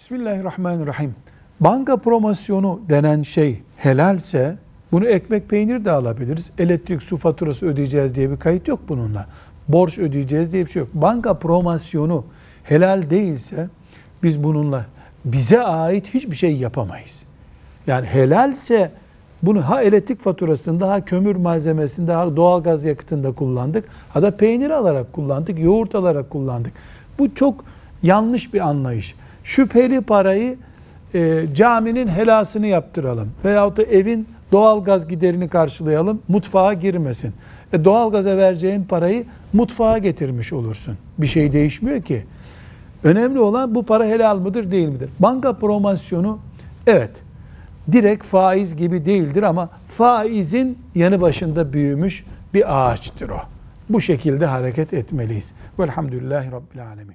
Bismillahirrahmanirrahim. Banka promosyonu denen şey helalse bunu ekmek peynir de alabiliriz. Elektrik su faturası ödeyeceğiz diye bir kayıt yok bununla. Borç ödeyeceğiz diye bir şey yok. Banka promosyonu helal değilse biz bununla bize ait hiçbir şey yapamayız. Yani helalse bunu ha elektrik faturasında, ha kömür malzemesinde, ha doğalgaz yakıtında kullandık, ha da peynir alarak kullandık, yoğurt alarak kullandık. Bu çok yanlış bir anlayış. Şüpheli parayı caminin helasını yaptıralım veyahut da evin doğalgaz giderini karşılayalım, mutfağa girmesin. Doğalgaza vereceğin parayı mutfağa getirmiş olursun. Bir şey değişmiyor ki. Önemli olan bu para helal mıdır değil midir? Banka promosyonu evet direkt faiz gibi değildir ama faizin yanı başında büyümüş bir ağaçtır o. Bu şekilde hareket etmeliyiz. Velhamdülillahi Rabbil Alemin.